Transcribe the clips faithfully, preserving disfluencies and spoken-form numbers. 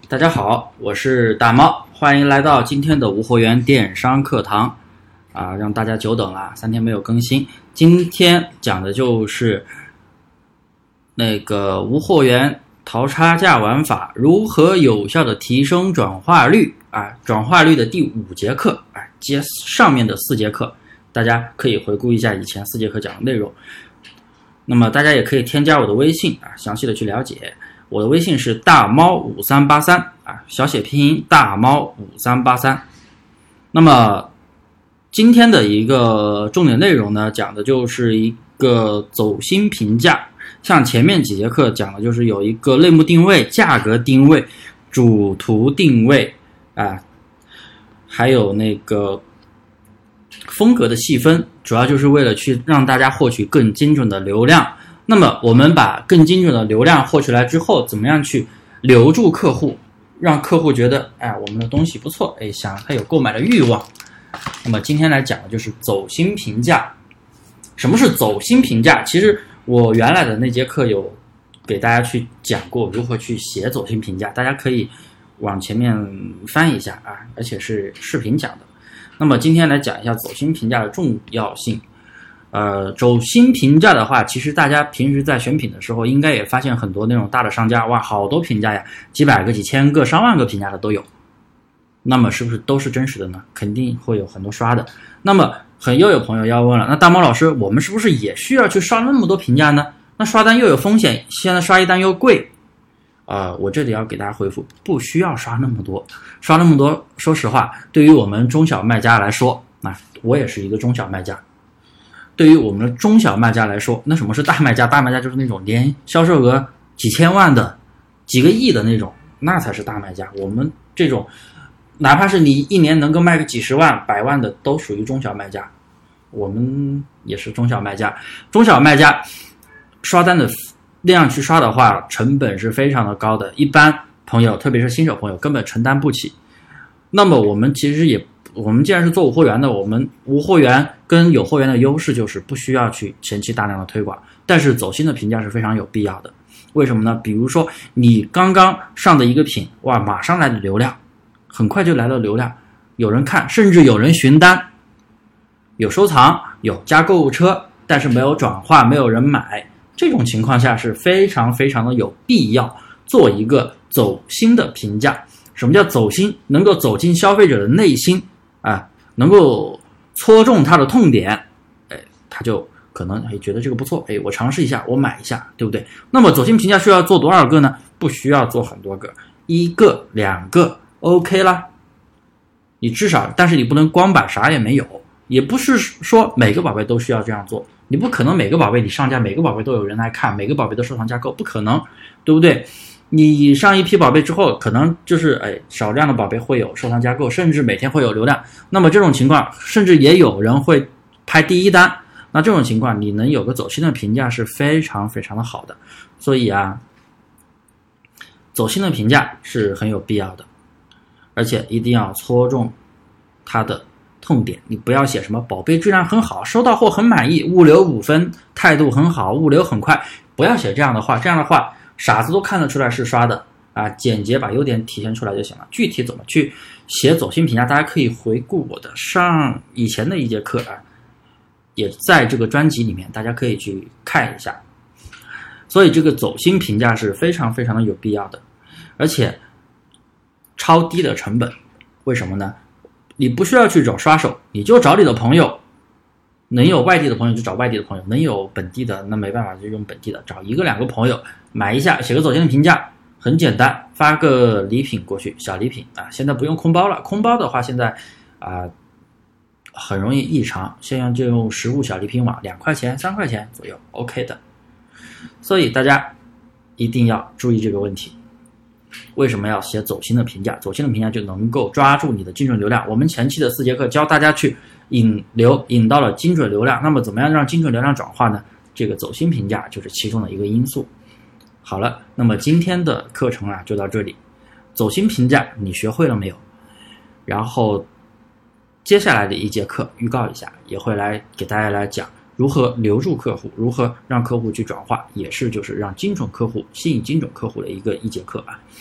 大家好，我是大猫，欢迎来到今天的无货源电商课堂啊，让大家久等了，三天没有更新。今天讲的就是那个无货源淘差价玩法如何有效的提升转化率啊，转化率的第五节课啊，接上面的四节课，大家可以回顾一下以前四节课讲的内容。那么大家也可以添加我的微信啊，详细的去了解。我的微信是大猫五三八三啊，小写拼音大猫五三八三。那么今天的一个重点内容呢，讲的就是一个走心评价。像前面几节课讲的就是有一个类目定位、价格定位、主图定位啊，还有那个风格的细分，主要就是为了去让大家获取更精准的流量。那么我们把更精准的流量获取来之后，怎么样去留住客户，让客户觉得哎，我们的东西不错，哎，想他有购买的欲望。那么今天来讲的就是走心评价。什么是走心评价？其实我原来的那节课有给大家去讲过如何去写走心评价，大家可以往前面翻一下啊，而且是视频讲的。那么今天来讲一下走心评价的重要性。呃，走心评价的话，其实大家平时在选品的时候，应该也发现很多那种大的商家，哇，好多评价呀，几百个、几千个、上万个评价的都有。那么是不是都是真实的呢？肯定会有很多刷的。那么很又有朋友要问了，那大猫老师，我们是不是也需要去刷那么多评价呢？那刷单又有风险，现在刷一单又贵。呃，我这里要给大家回复，不需要刷那么多，刷那么多，说实话，对于我们中小卖家来说，那、啊、我也是一个中小卖家。对于我们的中小卖家来说，那什么是大卖家？大卖家就是那种年销售额几千万的、几个亿的那种，那才是大卖家。我们这种，哪怕是你一年能够卖个几十万、百万的，都属于中小卖家。我们也是中小卖家。中小卖家刷单的量去刷的话，成本是非常的高的，一般朋友，特别是新手朋友，根本承担不起。那么我们其实也。我们既然是做无货源的，我们无货源跟有货源的优势就是不需要去前期大量的推广，但是走心的评价是非常有必要的。为什么呢？比如说你刚刚上的一个品，哇，马上来的流量，很快就来了流量，有人看，甚至有人询单，有收藏，有加购物车，但是没有转化，没有人买，这种情况下是非常非常的有必要做一个走心的评价。什么叫走心？能够走进消费者的内心啊，能够戳中他的痛点，哎，他就可能哎觉得这个不错，哎，我尝试一下，我买一下，对不对？那么走心评价需要做多少个呢？不需要做很多个，一个、两个 OK 啦。你至少，但是你不能光把啥也没有，也不是说每个宝贝都需要这样做，你不可能每个宝贝你上架，每个宝贝都有人来看，每个宝贝都收藏加购，不可能，对不对？你上一批宝贝之后，可能就是哎少量的宝贝会有收藏加购，甚至每天会有流量。那么这种情况，甚至也有人会拍第一单。那这种情况，你能有个走心的评价是非常非常的好的。所以啊，走心的评价是很有必要的，而且一定要戳中它的痛点。你不要写什么宝贝质量很好，收到货很满意，物流五分，态度很好，物流很快，不要写这样的话。这样的话，傻子都看得出来是刷的啊，简洁把优点体现出来就行了。具体怎么去写走心评价，大家可以回顾我的上以前的一节课啊，也在这个专辑里面，大家可以去看一下。所以这个走心评价是非常非常的有必要的，而且超低的成本。为什么呢？你不需要去找刷手，你就找你的朋友。能有外地的朋友就找外地的朋友，能有本地的那没办法就用本地的，找一个两个朋友买一下，写个走心的评价，很简单，发个礼品过去，小礼品啊。现在不用空包了，空包的话现在啊、呃、很容易异常，现在就用实物小礼品网，两块钱三块钱左右 OK 的。所以大家一定要注意这个问题。为什么要写走心的评价？走心的评价就能够抓住你的精准流量。我们前期的四节课教大家去引流，引到了精准流量。那么怎么样让精准流量转化呢？这个走心评价就是其中的一个因素。好了，那么今天的课程啊就到这里。走心评价你学会了没有？然后接下来的一节课预告一下，也会来给大家来讲如何留住客户，如何让客户去转化，也是就是让精准客户吸引精准客户的一个一节课啊。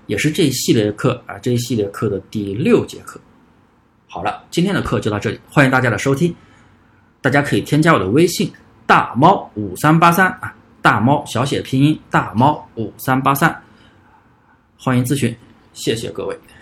也是这一系列课啊这一系列课的第六节课。好了，今天的课就到这里，欢迎大家的收听。大家可以添加我的微信大猫五三八三啊，大猫小写拼音大猫五三八三，欢迎咨询，谢谢各位。